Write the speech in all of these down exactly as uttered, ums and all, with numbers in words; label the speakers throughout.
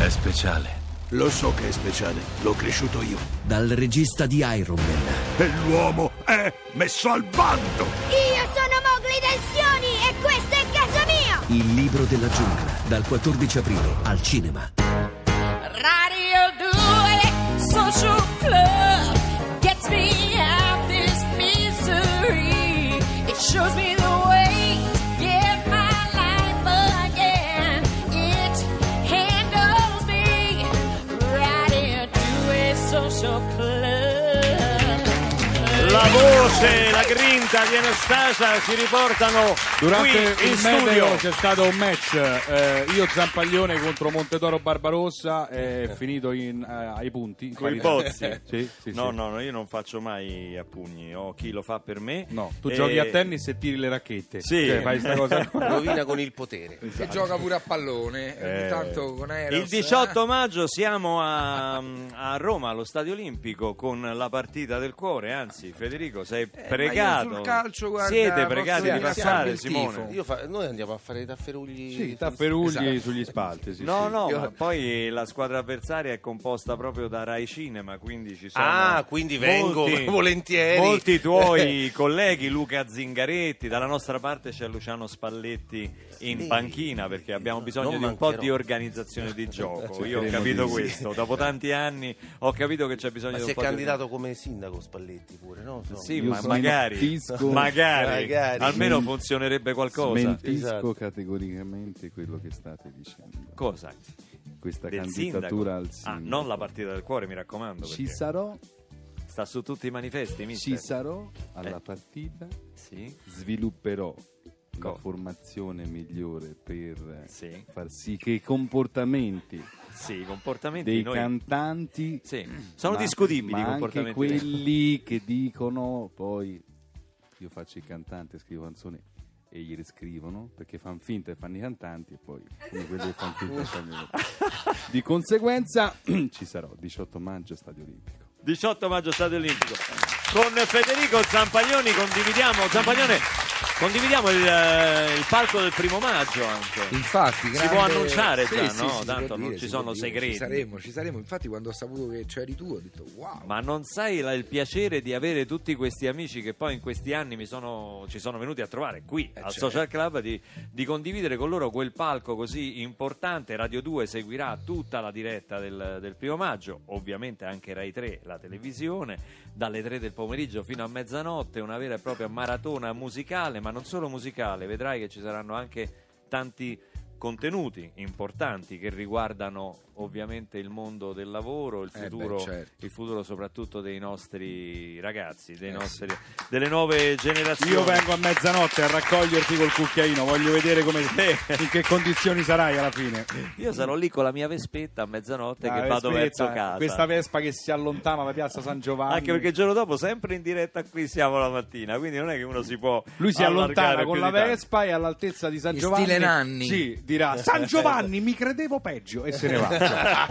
Speaker 1: è speciale.
Speaker 2: Lo so che è speciale, l'ho cresciuto io.
Speaker 3: Dal regista di Iron Man.
Speaker 2: E l'uomo è messo al bando.
Speaker 4: Io sono Mowgli del Sioni e questa è casa mia.
Speaker 3: Il libro della giungla, dal quattordici aprile al cinema.
Speaker 5: Radio due Social Club gets me out this misery. It shows me the way to get my life again. It handles me. Radio due Social Club.
Speaker 6: La voce, la grinta di Anastasia ci riportano
Speaker 7: durante
Speaker 6: qui in
Speaker 7: il
Speaker 6: studio.
Speaker 7: meteo c'è stato un match, eh, io Zampaglione contro Montetoro Barbarossa, è finito in, eh, ai punti
Speaker 6: Con i pozzi.
Speaker 7: Sì, sì,
Speaker 6: no,
Speaker 7: sì.
Speaker 6: no, no, io non faccio mai a pugni, ho chi lo fa per me.
Speaker 7: No, tu
Speaker 6: e...
Speaker 7: giochi a tennis e tiri le racchette.
Speaker 6: Sì.
Speaker 7: Cioè, fai sta cosa qua.
Speaker 8: Rovina con il potere.
Speaker 9: E gioca pure a pallone,
Speaker 7: Eh.
Speaker 9: ogni tanto con Eros.
Speaker 6: Il diciotto maggio siamo a, a Roma, allo Stadio Olimpico, con la partita del cuore. Anzi, Federico, sei pregato.
Speaker 9: ma io sul calcio, guarda,
Speaker 6: Siete pregati
Speaker 9: posso
Speaker 6: di
Speaker 9: dire,
Speaker 6: passare,
Speaker 9: il
Speaker 6: Simone.
Speaker 9: tifo.
Speaker 8: Io fa- noi andiamo a fare i tafferugli.
Speaker 7: Sì, tafferugli
Speaker 9: Esatto.
Speaker 7: sugli spalti. Sì,
Speaker 6: No,
Speaker 7: sì.
Speaker 6: no,
Speaker 8: Io-
Speaker 6: ma poi la squadra avversaria è composta proprio da Rai Cinema, quindi ci sono
Speaker 8: Ah, quindi vengo
Speaker 6: molti-
Speaker 8: volentieri.
Speaker 6: Molti tuoi colleghi, Luca Zingaretti, dalla nostra parte c'è Luciano Spalletti in
Speaker 8: Sì.
Speaker 6: panchina, perché abbiamo bisogno
Speaker 8: Non
Speaker 6: di un po'
Speaker 8: mancherò.
Speaker 6: di organizzazione di gioco. Io ho
Speaker 7: Cercheremo
Speaker 6: capito
Speaker 7: di sì.
Speaker 6: questo, dopo tanti anni ho capito che c'è bisogno
Speaker 8: Ma
Speaker 6: di
Speaker 8: si
Speaker 6: un
Speaker 8: è
Speaker 6: po'
Speaker 8: candidato come sindaco Spalletti pure, no? No.
Speaker 6: di... Sì,
Speaker 7: Io
Speaker 6: ma
Speaker 7: sono
Speaker 6: magari,
Speaker 7: Tisco-
Speaker 6: magari,
Speaker 8: Magari.
Speaker 6: almeno
Speaker 7: Smen-
Speaker 6: funzionerebbe qualcosa.
Speaker 7: Smentisco
Speaker 8: Esatto.
Speaker 7: categoricamente quello che state dicendo.
Speaker 6: Cosa?
Speaker 7: Questa
Speaker 6: Del
Speaker 7: candidatura
Speaker 6: sindaco?
Speaker 7: al
Speaker 6: Ah,
Speaker 7: sindaco.
Speaker 6: non la partita del cuore, mi raccomando.
Speaker 7: Ci
Speaker 6: perché
Speaker 7: sarò,
Speaker 6: sta su tutti i manifesti, mister.
Speaker 7: ci sarò alla
Speaker 6: Eh.
Speaker 7: partita,
Speaker 6: Sì,
Speaker 7: svilupperò la
Speaker 6: Co-
Speaker 7: formazione migliore per
Speaker 6: sì,
Speaker 7: far sì che i comportamenti
Speaker 6: sì, i comportamenti
Speaker 7: dei
Speaker 6: noi...
Speaker 7: cantanti
Speaker 6: Sì, sono
Speaker 7: ma-
Speaker 6: discutibili
Speaker 7: ma
Speaker 6: i
Speaker 7: anche
Speaker 6: comportamenti.
Speaker 7: quelli che dicono poi io faccio il cantante, scrivo canzoni e gli riscrivono perché fanno finta e fanno i cantanti e poi come quelli che fanno finta e fanno i cantanti. Di conseguenza ci sarò diciotto maggio Stadio Olimpico.
Speaker 6: diciotto maggio Stadio Olimpico. Con Federico Zampaglioni condividiamo Zampaglione condividiamo il, eh, il palco del primo maggio anche.
Speaker 9: Infatti,
Speaker 6: Si
Speaker 9: grande-
Speaker 6: può annunciare
Speaker 9: Sì,
Speaker 6: già,
Speaker 9: sì,
Speaker 6: no?
Speaker 9: sì, si
Speaker 6: Tanto
Speaker 9: può
Speaker 6: non
Speaker 9: dire,
Speaker 6: ci
Speaker 9: si
Speaker 6: sono
Speaker 9: può dire.
Speaker 6: segreti.
Speaker 9: Ci saremo, ci saremo. Infatti, quando ho saputo che c'eri tu, ho detto wow.
Speaker 6: Ma non sai la- il piacere di avere tutti questi amici che poi in questi anni mi sono, ci sono venuti a trovare qui
Speaker 9: Eh,
Speaker 6: al
Speaker 9: certo.
Speaker 6: Social Club, di, di condividere con loro quel palco così importante. Radio due seguirà tutta la diretta del, del primo maggio, ovviamente anche Rai tre, la televisione, dalle tre del pomeriggio fino a mezzanotte, una vera e propria maratona musicale, ma non solo musicale, vedrai che ci saranno anche tanti contenuti importanti che riguardano ovviamente il mondo del lavoro, il
Speaker 9: Eh,
Speaker 6: futuro,
Speaker 9: beh, certo.
Speaker 6: il futuro soprattutto dei nostri ragazzi, dei
Speaker 9: Eh,
Speaker 6: nostri, delle nuove generazioni.
Speaker 7: Io vengo a mezzanotte a raccoglierti col cucchiaino, voglio vedere come, in che condizioni sarai alla fine.
Speaker 6: Io sarò lì con la mia vespetta a mezzanotte
Speaker 7: Ah,
Speaker 6: che vado
Speaker 7: Vespetta,
Speaker 6: verso casa.
Speaker 7: Questa Vespa che si allontana da Piazza San Giovanni.
Speaker 6: Anche perché il giorno dopo sempre in diretta qui siamo la mattina, quindi non è che uno si può
Speaker 7: lui si
Speaker 6: allargare
Speaker 7: allontana con
Speaker 6: più
Speaker 7: la
Speaker 6: di tanto.
Speaker 7: Vespa e all'altezza di San
Speaker 9: In
Speaker 7: Giovanni
Speaker 9: stile Nanni.
Speaker 7: sì, dirà San Giovanni mi credevo peggio e se ne va.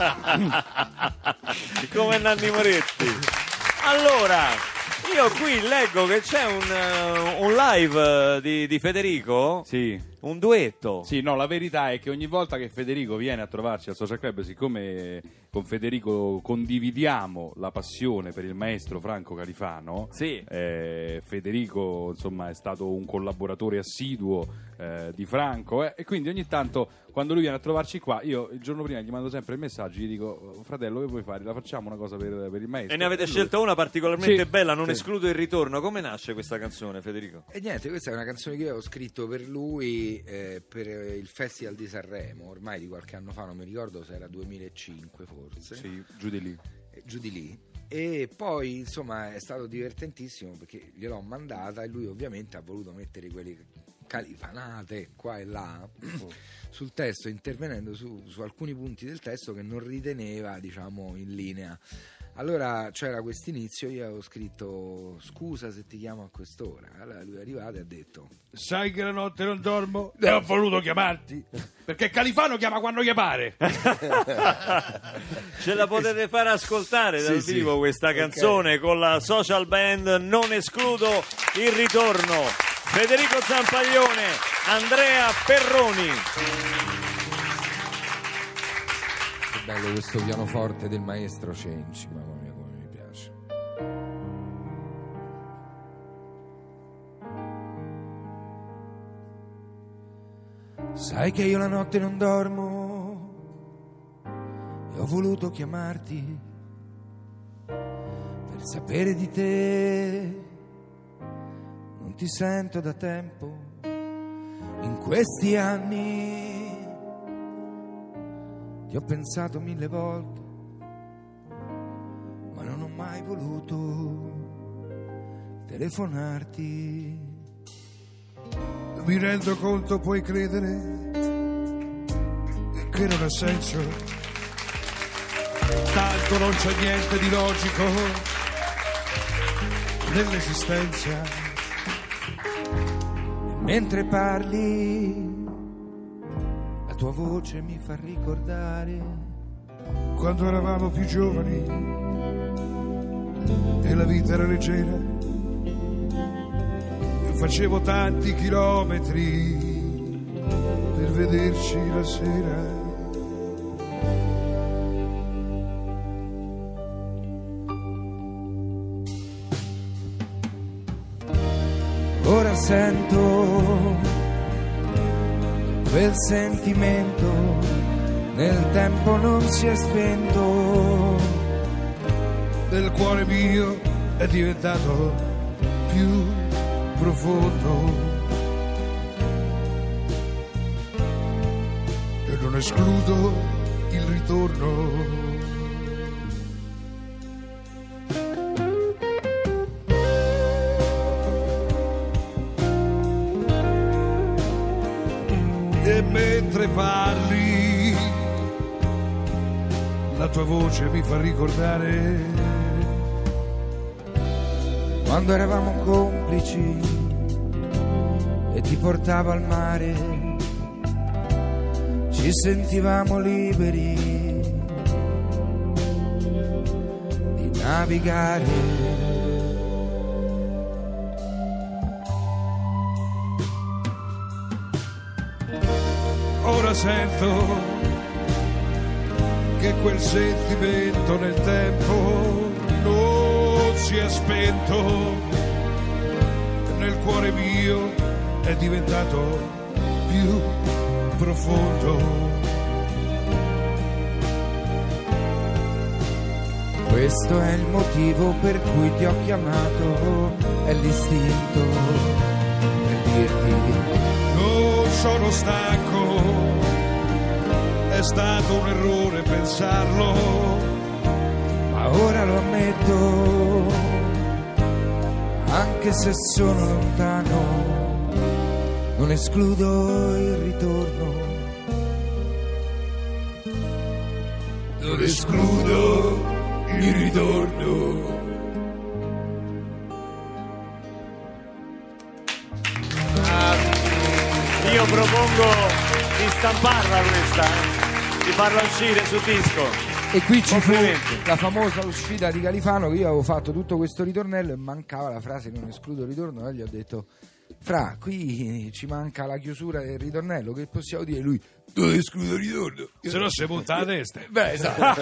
Speaker 6: Come Nanni Moretti. Allora, io qui leggo che c'è un, eh, un live eh, di, di Federico,
Speaker 7: Sì.
Speaker 6: un duetto.
Speaker 7: Sì, no, la verità è che ogni volta che Federico viene a trovarci al Social Club, siccome con Federico condividiamo la passione per il maestro Franco Califano,
Speaker 6: Sì.
Speaker 7: eh, Federico insomma è stato un collaboratore assiduo eh, di Franco eh, e quindi ogni tanto quando lui viene a trovarci qua, io il giorno prima gli mando sempre il messaggio, gli dico fratello che vuoi fare? La facciamo una cosa per, per il maestro?
Speaker 6: E ne avete
Speaker 7: lui-
Speaker 6: scelta una particolarmente
Speaker 7: Sì,
Speaker 6: bella, non
Speaker 7: sì.
Speaker 6: escludo il ritorno. Come nasce questa canzone, Federico?
Speaker 9: E niente, questa è una canzone che io ho scritto per lui eh, per il Festival di Sanremo, ormai di qualche anno fa, non mi ricordo se era duemilacinque forse.
Speaker 7: Sì, giù di lì.
Speaker 9: eh, giù di lì. E poi insomma è stato divertentissimo perché gliel'ho mandata e lui ovviamente ha voluto mettere quelle califanate qua e là sul testo, intervenendo su, su alcuni punti del testo che non riteneva, diciamo, in linea. Allora c'era questo inizio, io avevo scritto scusa se ti chiamo a quest'ora. Allora lui è arrivato e ha detto
Speaker 7: Sai che la notte non dormo? E ho voluto chiamarti perché Califano chiama quando gli pare.
Speaker 6: Ce la potete far ascoltare dal
Speaker 9: Sì,
Speaker 6: vivo
Speaker 9: sì.
Speaker 6: questa canzone
Speaker 9: Ok.
Speaker 6: con la social band Non escludo il ritorno. Federico Zampaglione, Andrea Perroni.
Speaker 9: Bello questo pianoforte del maestro Cenci, mamma mia come mi piace. Sai che io la notte non dormo e ho voluto chiamarti per sapere di te. Non ti sento da tempo in questi anni. Ti ho pensato mille volte, ma non ho mai voluto telefonarti. Mi rendo conto, puoi credere, che non ha senso. Tanto non c'è niente di logico nell'esistenza. E mentre parli, la tua voce mi fa ricordare quando eravamo più giovani e la vita era leggera. Io facevo tanti chilometri per vederci la sera. Ora sento quel sentimento, nel tempo non si è spento. Nel cuore mio è diventato più profondo e non escludo il ritorno. E mentre parli, la tua voce mi fa ricordare quando eravamo complici e ti portavo al mare, ci sentivamo liberi di navigare. Ora sento che quel sentimento nel tempo non si è spento, nel cuore mio è diventato più profondo. Questo è il motivo per cui ti ho chiamato, è l'istinto per dirti non sono stanco, è stato un errore pensarlo, ma ora lo ammetto, anche se sono lontano, non escludo il ritorno, non escludo il ritorno.
Speaker 6: Io propongo di stamparla questa, eh? Di farla uscire su disco.
Speaker 9: E qui ci fu la famosa uscita di Califano, che io avevo fatto tutto questo ritornello e mancava la frase non escludo il ritorno, e gli ho detto fra, qui ci manca la chiusura del ritornello, che possiamo dire? Lui non escludo il ritorno, se no si monta la testa. Beh, esatto.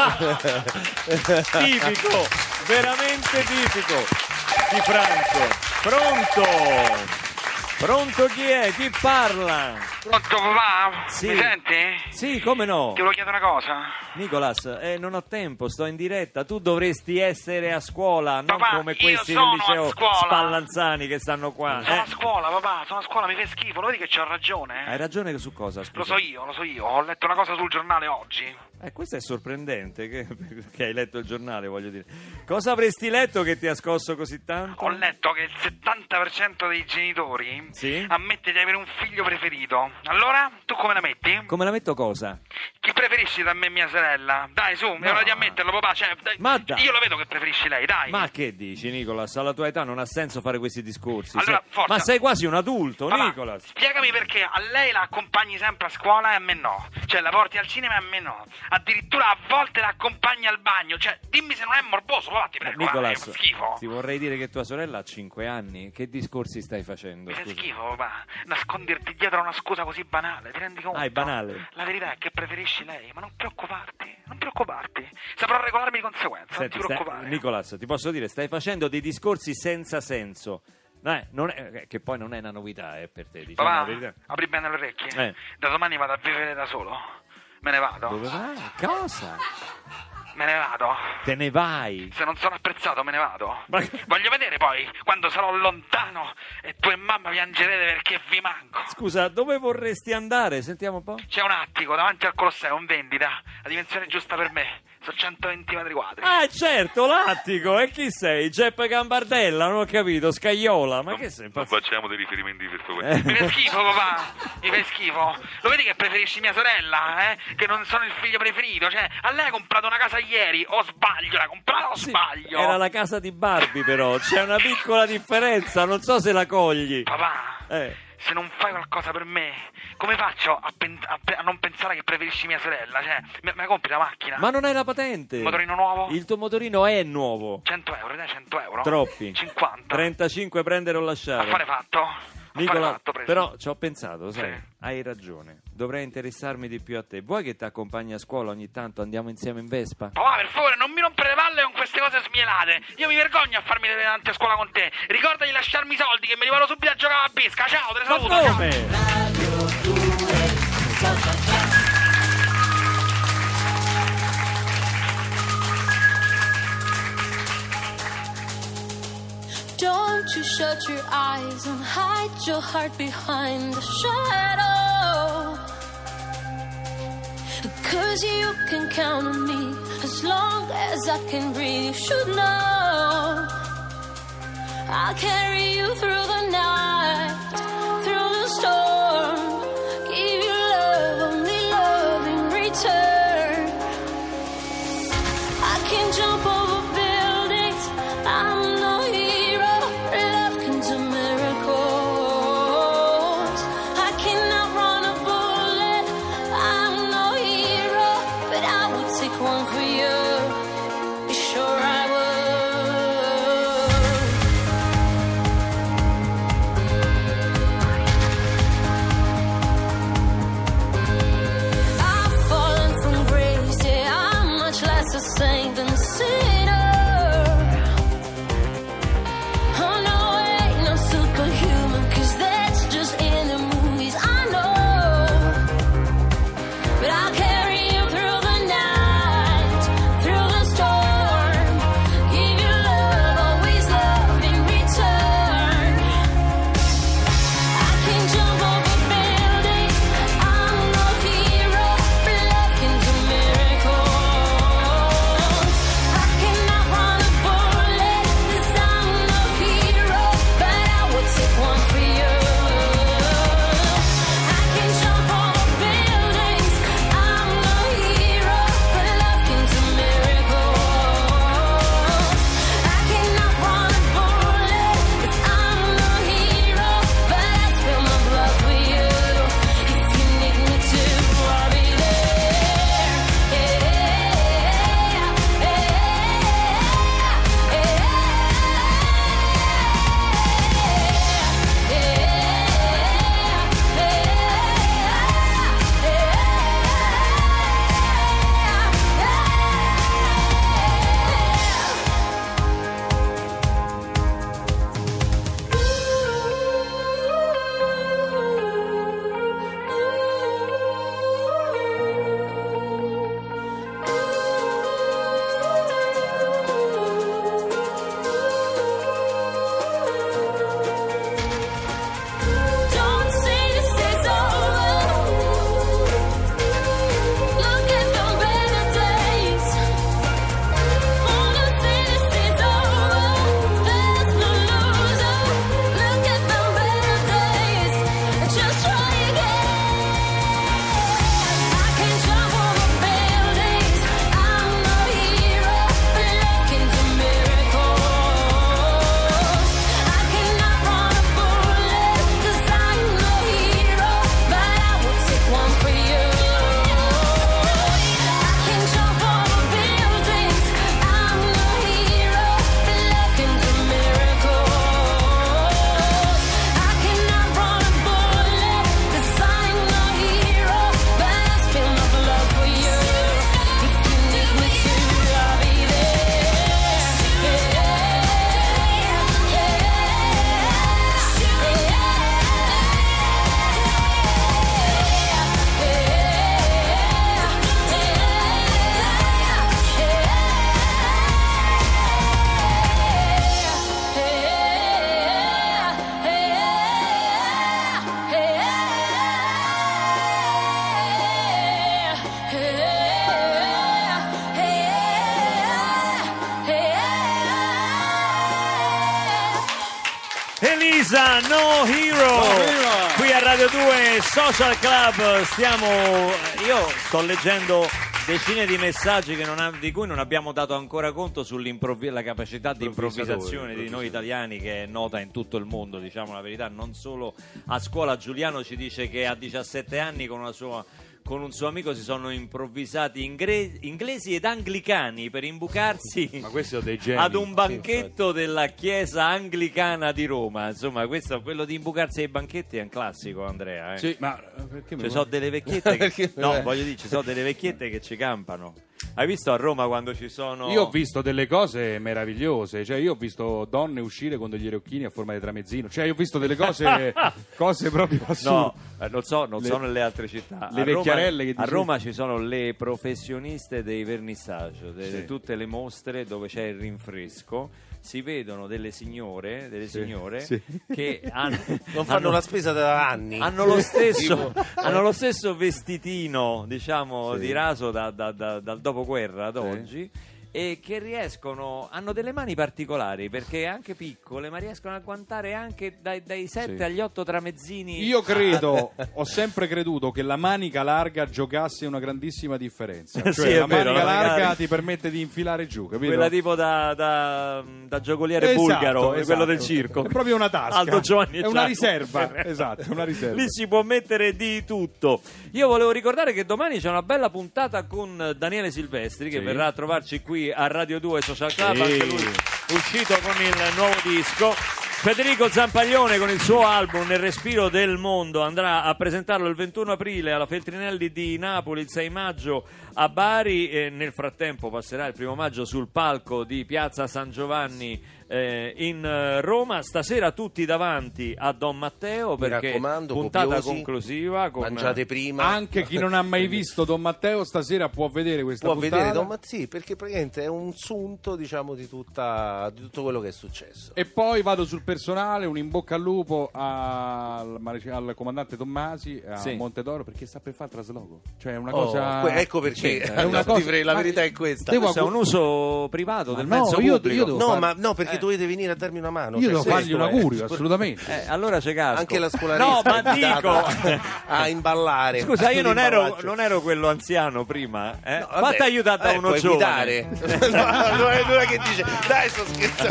Speaker 6: Tipico, veramente tipico di Franco. Pronto? Pronto, chi è? Chi parla?
Speaker 1: Pronto papà?
Speaker 6: Sì.
Speaker 1: Mi senti?
Speaker 6: Sì, come no?
Speaker 1: Ti volevo chiedere una cosa.
Speaker 6: Nicolas, eh, non ho tempo, sto in diretta. Tu dovresti essere a scuola, non
Speaker 1: Papà,
Speaker 6: come
Speaker 1: io
Speaker 6: questi del
Speaker 1: sono
Speaker 6: liceo
Speaker 1: a scuola.
Speaker 6: Spallanzani che stanno qua.
Speaker 1: Sono
Speaker 6: eh.
Speaker 1: a scuola papà, sono a scuola, mi fai schifo, lo vedi che c'ho ragione?
Speaker 6: Hai ragione su cosa? Scusa.
Speaker 1: Lo so io, lo so io, ho letto una cosa sul giornale oggi.
Speaker 6: Eh, questo è sorprendente, che, che hai letto il giornale, voglio dire. Cosa avresti letto che ti ha scosso così tanto?
Speaker 1: Ho letto che il settanta per cento dei genitori
Speaker 6: Sì?
Speaker 1: ammette di avere un figlio preferito. Allora, tu come la metti?
Speaker 6: Come la metto cosa?
Speaker 1: Chi preferisci da me e mia sorella? Dai, su, è ora di ammetterlo, papà. Cioè, dai,
Speaker 6: Ma dai.
Speaker 1: Io lo vedo che preferisci lei, dai.
Speaker 6: Ma che dici, Nicolas? Alla tua età non ha senso fare questi discorsi.
Speaker 1: Allora,
Speaker 6: Sei-
Speaker 1: forza.
Speaker 6: Ma sei quasi un adulto,
Speaker 1: Papà,
Speaker 6: Nicolas.
Speaker 1: spiegami perché a lei la accompagni sempre a scuola e a me no. Cioè, la porti al cinema e a me no. Addirittura a volte la accompagni al bagno. Cioè, dimmi se non è morboso, papà, ti prego.
Speaker 6: Nicolas,
Speaker 1: eh, è schifo.
Speaker 6: ti vorrei dire che tua sorella ha cinque anni. Che discorsi stai facendo?
Speaker 1: Mi fai
Speaker 6: Scusa.
Speaker 1: schifo, papà. Nasconderti dietro a una scusa così banale, ti rendi conto?
Speaker 6: Ah, è banale.
Speaker 1: La verità è che preferisci lei, ma non preoccuparti, non preoccuparti. Saprò regolarmi di conseguenza,
Speaker 6: Senti,
Speaker 1: non ti
Speaker 6: stai-
Speaker 1: preoccupare.
Speaker 6: Nicolas, ti posso dire, stai facendo dei discorsi senza senso. Eh, non è- che poi non è una novità eh, per te, diciamo la
Speaker 1: Papà,
Speaker 6: verità.
Speaker 1: apri bene le orecchie.
Speaker 6: Eh.
Speaker 1: Da domani vado a vivere da solo. Me ne vado.
Speaker 6: Dove vai? Cosa?
Speaker 1: Me ne vado.
Speaker 6: Te ne vai?
Speaker 1: Se non sono apprezzato me ne vado.
Speaker 6: Ma-
Speaker 1: Voglio vedere poi, quando sarò lontano e tu e mamma piangerete perché vi manco.
Speaker 6: Scusa, dove vorresti andare? Sentiamo un po'.
Speaker 1: C'è un attico davanti al Colosseo in vendita, la dimensione giusta per me. Sono centoventi metri quadri.
Speaker 6: Ah, certo, l'attico. E chi sei? Geppe Gambardella? Non ho capito. Scagliola? Ma che sei?
Speaker 10: Non
Speaker 6: Impazz-
Speaker 10: facciamo dei riferimenti verso
Speaker 6: Eh.
Speaker 10: questo.
Speaker 1: Mi fai schifo, papà. Mi fai schifo. Lo vedi che preferisci mia sorella, eh? Che non sono il figlio preferito. Cioè, a lei ha comprato una casa ieri. O sbaglio, l'ha comprata o
Speaker 6: Sì,
Speaker 1: sbaglio?
Speaker 6: era la casa di Barbie, però. C'è una piccola differenza. Non so se la cogli.
Speaker 1: Papà,
Speaker 6: Eh.
Speaker 1: se non fai qualcosa per me, come faccio a, pen- a pe- a non pensare che preferisci mia sorella? Cioè, me, me la compri la macchina?
Speaker 6: Ma non hai la patente.
Speaker 1: Motorino nuovo?
Speaker 6: Il tuo motorino è nuovo.
Speaker 1: cento euro, dai, cento euro.
Speaker 6: Troppi.
Speaker 1: cinquanta.
Speaker 6: trentacinque prendere o lasciare.
Speaker 1: Affare fatto. Affare
Speaker 6: Nicola,
Speaker 1: fatto, preso.
Speaker 6: però ci ho pensato, sai,
Speaker 1: Sì.
Speaker 6: hai ragione. Dovrei interessarmi di più a te. Vuoi che ti accompagni a scuola ogni tanto? Andiamo insieme in Vespa?
Speaker 1: Papà, per favore, non mi rompere le palle con queste cose smielate. Io mi vergogno a farmi le davanti a scuola con te. Ricorda di lasciarmi i soldi che me li vado subito a giocare a bisca. Ciao, te ne
Speaker 6: Ma
Speaker 1: saluto. ciao.
Speaker 6: come?
Speaker 5: Don't you shut your eyes and hide your heart behind the shadow. Cause you can count on me as long as I can breathe. You should know I'll carry you through the night, through the storm. Give you love, only love in return. I can jump over buildings, I'm no hero. Love can do miracles. I cannot run a bullet, I'm no hero, but I would take one for you. Be sure I would.
Speaker 6: Medusa, No Hero. Qui a Radio due Social Club stiamo, io sto leggendo decine di messaggi che non ha, di cui non abbiamo dato ancora conto sulla capacità di improvvisazione di noi italiani, che è nota in tutto il mondo, diciamo la verità. Non solo a scuola. Giuliano ci dice che a diciassette anni con una sua con un suo amico si sono improvvisati ingre- inglesi ed anglicani per imbucarsi
Speaker 7: Ma questi sono dei geni.
Speaker 6: ad un banchetto della chiesa anglicana di Roma. Insomma, questo, quello di imbucarsi ai banchetti è un classico, Andrea. Eh.
Speaker 7: Sì, ma perché
Speaker 6: Ci sono delle vecchiette che,
Speaker 8: Perché-
Speaker 6: no, voglio dire, ci sono delle vecchiette che ci campano. Hai visto a Roma quando ci sono...
Speaker 7: Io ho visto delle cose meravigliose, cioè io ho visto donne uscire con degli orecchini a forma di tramezzino, cioè io ho visto delle cose cose proprio assurde.
Speaker 6: No, eh, non so, non
Speaker 7: Le-
Speaker 6: so nelle altre città.
Speaker 7: le
Speaker 6: A Roma-
Speaker 7: vecchiarelle che
Speaker 6: a
Speaker 7: dicevi.
Speaker 6: Roma ci sono le professioniste dei vernissage, delle-
Speaker 7: Sì.
Speaker 6: tutte le mostre dove c'è il rinfresco. Si vedono delle signore, delle
Speaker 7: Sì,
Speaker 6: signore
Speaker 7: sì.
Speaker 6: che hanno,
Speaker 8: Non fanno
Speaker 6: hanno-
Speaker 8: la spesa da anni.
Speaker 6: hanno lo stesso,
Speaker 8: Tipo-
Speaker 6: hanno lo stesso vestitino, diciamo,
Speaker 7: Sì.
Speaker 6: di raso da- da- da- dal dopoguerra ad
Speaker 7: Sì.
Speaker 6: oggi, e che riescono, hanno delle mani particolari perché anche piccole, ma riescono a agguantare anche dai, dai sette
Speaker 7: Sì.
Speaker 6: agli otto tramezzini.
Speaker 7: Io credo, ho sempre creduto che la manica larga giocasse una grandissima differenza. Cioè,
Speaker 6: Sì, è
Speaker 7: la
Speaker 6: vero,
Speaker 7: manica
Speaker 6: la manica-
Speaker 7: larga ti permette di infilare giù, capito?
Speaker 6: Quella tipo da, da, da giocoliere
Speaker 7: Esatto,
Speaker 6: bulgaro,
Speaker 7: esatto.
Speaker 6: quello del circo.
Speaker 7: È proprio una tasca.
Speaker 6: Aldo Giovanni e
Speaker 7: È una
Speaker 6: Giacomo.
Speaker 7: riserva. Esatto, è una riserva.
Speaker 6: Lì si può mettere di tutto. Io volevo ricordare che domani c'è una bella puntata con Daniele Silvestri, che
Speaker 7: Sì.
Speaker 6: verrà a trovarci qui a Radio due Social Club,
Speaker 7: Sì.
Speaker 6: anche lui uscito con il nuovo disco. Federico Zampaglione con il suo album Nel respiro del mondo andrà a presentarlo il ventuno aprile alla Feltrinelli di Napoli, il sei maggio a Bari, e nel frattempo passerà il primo maggio sul palco di Piazza San Giovanni eh, in eh, Roma. Stasera tutti davanti a Don Matteo,
Speaker 8: Mi
Speaker 6: perché
Speaker 8: raccomando,
Speaker 6: puntata
Speaker 8: copiosi,
Speaker 6: conclusiva con...
Speaker 8: mangiate prima.
Speaker 7: Anche chi non ha mai visto Don Matteo stasera può vedere questa
Speaker 8: Può
Speaker 7: puntata.
Speaker 8: vedere Don Mazzì, perché praticamente è un sunto, diciamo, di, tutta, di tutto quello che è successo.
Speaker 7: E poi vado sul personale, un in bocca al lupo al, marec- al comandante Tommasi a
Speaker 6: Sì.
Speaker 7: Montedoro, perché sta per fare il trasloco. Cioè è una
Speaker 8: Oh,
Speaker 7: cosa.
Speaker 8: que- ecco perché
Speaker 7: È una
Speaker 8: no,
Speaker 7: cosa-
Speaker 8: ti prego, la
Speaker 7: ma-
Speaker 8: verità è questa.
Speaker 7: Devo
Speaker 6: Questo è un uso privato
Speaker 7: Ma
Speaker 6: del
Speaker 7: no,
Speaker 6: mezzo
Speaker 7: io-
Speaker 6: pubblico.
Speaker 7: io devo
Speaker 8: No,
Speaker 7: fare-
Speaker 8: ma no, perché
Speaker 7: eh.
Speaker 8: dovete venire a darmi una mano.
Speaker 7: Io
Speaker 8: cioè,
Speaker 7: devo fargli
Speaker 8: questo
Speaker 7: un
Speaker 8: è-
Speaker 7: augurio, assolutamente.
Speaker 6: Eh, allora c'è casco.
Speaker 8: Anche la
Speaker 6: No,
Speaker 8: scolarista
Speaker 6: ma
Speaker 8: è invitata
Speaker 6: dico...
Speaker 8: a imballare.
Speaker 6: Scusa, io non ero,
Speaker 8: L'imballaggio.
Speaker 6: non ero quello anziano prima, eh?
Speaker 8: No, vabbè,
Speaker 6: Fatti aiutare da
Speaker 8: eh,
Speaker 6: uno
Speaker 8: puoi
Speaker 6: giovane.
Speaker 8: guidare. no, non è non è che dice, dai, sto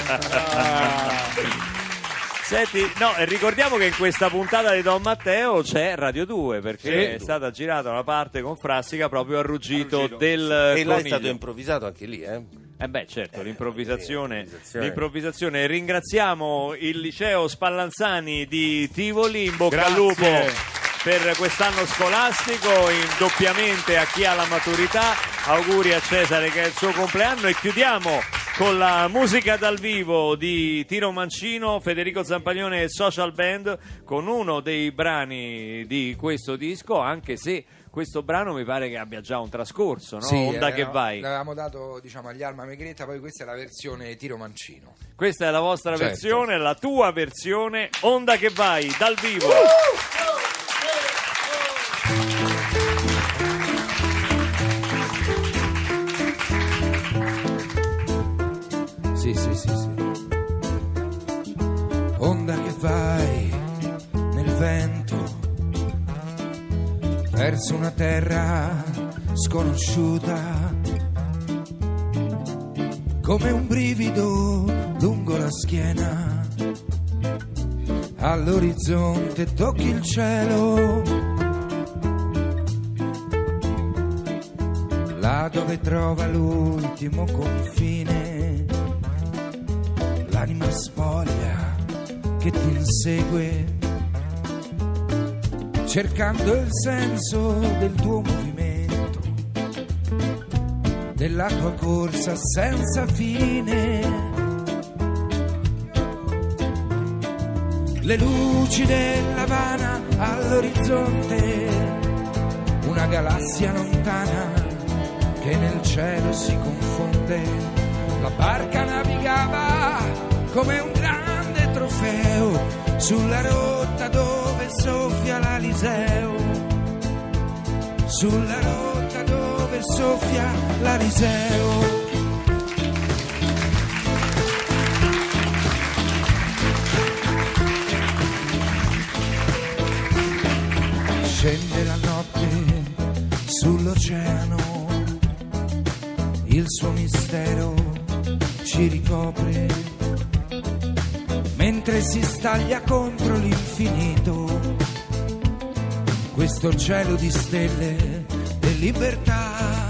Speaker 8: scherzando.
Speaker 6: Senti, no, e ricordiamo che in questa puntata di Don Matteo c'è Radio due, perché
Speaker 7: Sì.
Speaker 6: è stata girata una parte con Frassica proprio al ruggito,
Speaker 7: Al ruggito.
Speaker 6: del
Speaker 8: E là è
Speaker 6: coniglio.
Speaker 8: stato improvvisato anche lì, eh.
Speaker 6: Eh beh, certo, l'improvvisazione,
Speaker 8: l'improvvisazione.
Speaker 6: l'improvvisazione. Ringraziamo il liceo Spallanzani di Tivoli, in bocca al
Speaker 7: Grazie.
Speaker 6: lupo per quest'anno scolastico, indoppiamente a chi ha la maturità. Auguri a Cesare che è il suo compleanno, e chiudiamo con la musica dal vivo di Tino Mancino, Federico Zampaglione e Social Band, con uno dei brani di questo disco, anche se questo brano mi pare che abbia già un trascorso, no?
Speaker 9: Sì,
Speaker 6: Onda
Speaker 9: eh,
Speaker 6: che
Speaker 9: no,
Speaker 6: vai.
Speaker 9: L'avevamo dato, diciamo, agli Alma Megretta, poi questa è la versione Tiro Mancino.
Speaker 6: Questa è la vostra
Speaker 9: Certo.
Speaker 6: versione, la tua versione, Onda che vai, dal vivo.
Speaker 9: Sì, sì, sì, sì. Onda che vai nel vento verso una terra sconosciuta, come un brivido lungo la schiena, all'orizzonte tocchi il cielo, là dove trova l'ultimo confine, l'anima spoglia che ti insegue, cercando il senso del tuo movimento, della tua corsa senza fine. Le luci dell'Havana all'orizzonte, una galassia lontana che nel cielo si confonde. La barca navigava come un grande trofeo sulla rotta dove soffia l'Aliseo, sulla rotta dove soffia l'Aliseo. l'oceano, il suo mistero ci ricopre, mentre si staglia contro l'infinito, questo cielo di stelle e libertà.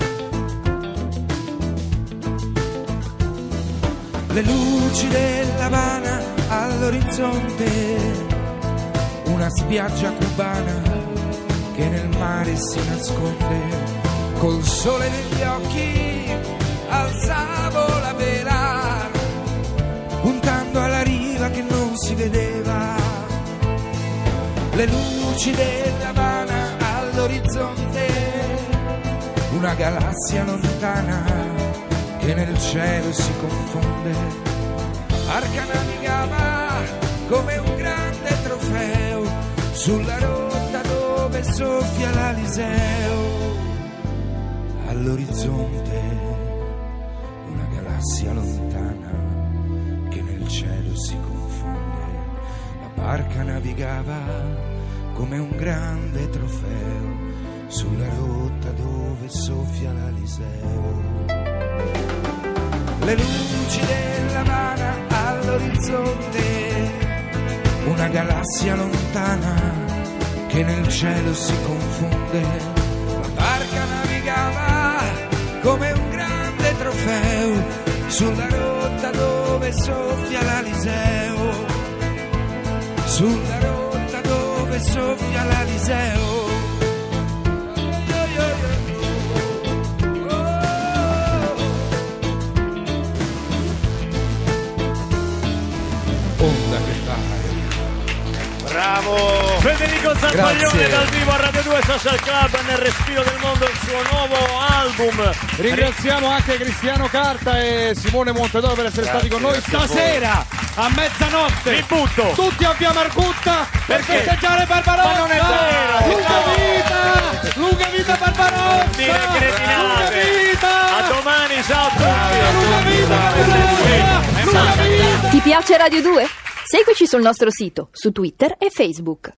Speaker 9: Le luci dell'Havana all'orizzonte, una spiaggia cubana che nel mare si nasconde, col sole negli occhi alzavo la vela, puntando alla riva che non si vedeva. Le luci dell'Havana all'orizzonte, una galassia lontana che nel cielo si confonde. Arca navigava come un grande trofeo sulla rotta dove soffia l'Aliseo. All'orizzonte una galassia lontana che nel cielo si confonde. La barca navigava come un grande trofeo sulla rotta dove soffia l'Aliseo. Le luci dell'Havana all'orizzonte, una galassia lontana che nel cielo si confonde. La barca navigava come un grande trofeo sulla rotta dove soffia l'Aliseo, sulla rotta dove soffia l'Aliseo. Onda che vai.
Speaker 8: Bravo!
Speaker 6: Federico Zampaglione
Speaker 9: Grazie.
Speaker 6: dal vivo a Radio due Social Club nel Respiro del Mondo, il suo nuovo album.
Speaker 10: Ringraziamo anche Cristiano Carta e Simone Montedoro per essere stati con noi stasera a mezzanotte.
Speaker 6: Mi butto.
Speaker 10: Tutti a Via Margutta per
Speaker 6: Perché?
Speaker 10: festeggiare Barbarossa.
Speaker 6: Ma non è vero.
Speaker 10: Lunga
Speaker 6: No.
Speaker 10: vita! Lunga vita Barbarossa!
Speaker 6: Dire cretinate.
Speaker 10: Lunga vita!
Speaker 6: A domani, ciao a tutti.
Speaker 10: Lunga vita Barbarossa! Lunga vita!
Speaker 11: Ti piace Radio due? Seguici sul nostro sito, su Twitter e Facebook.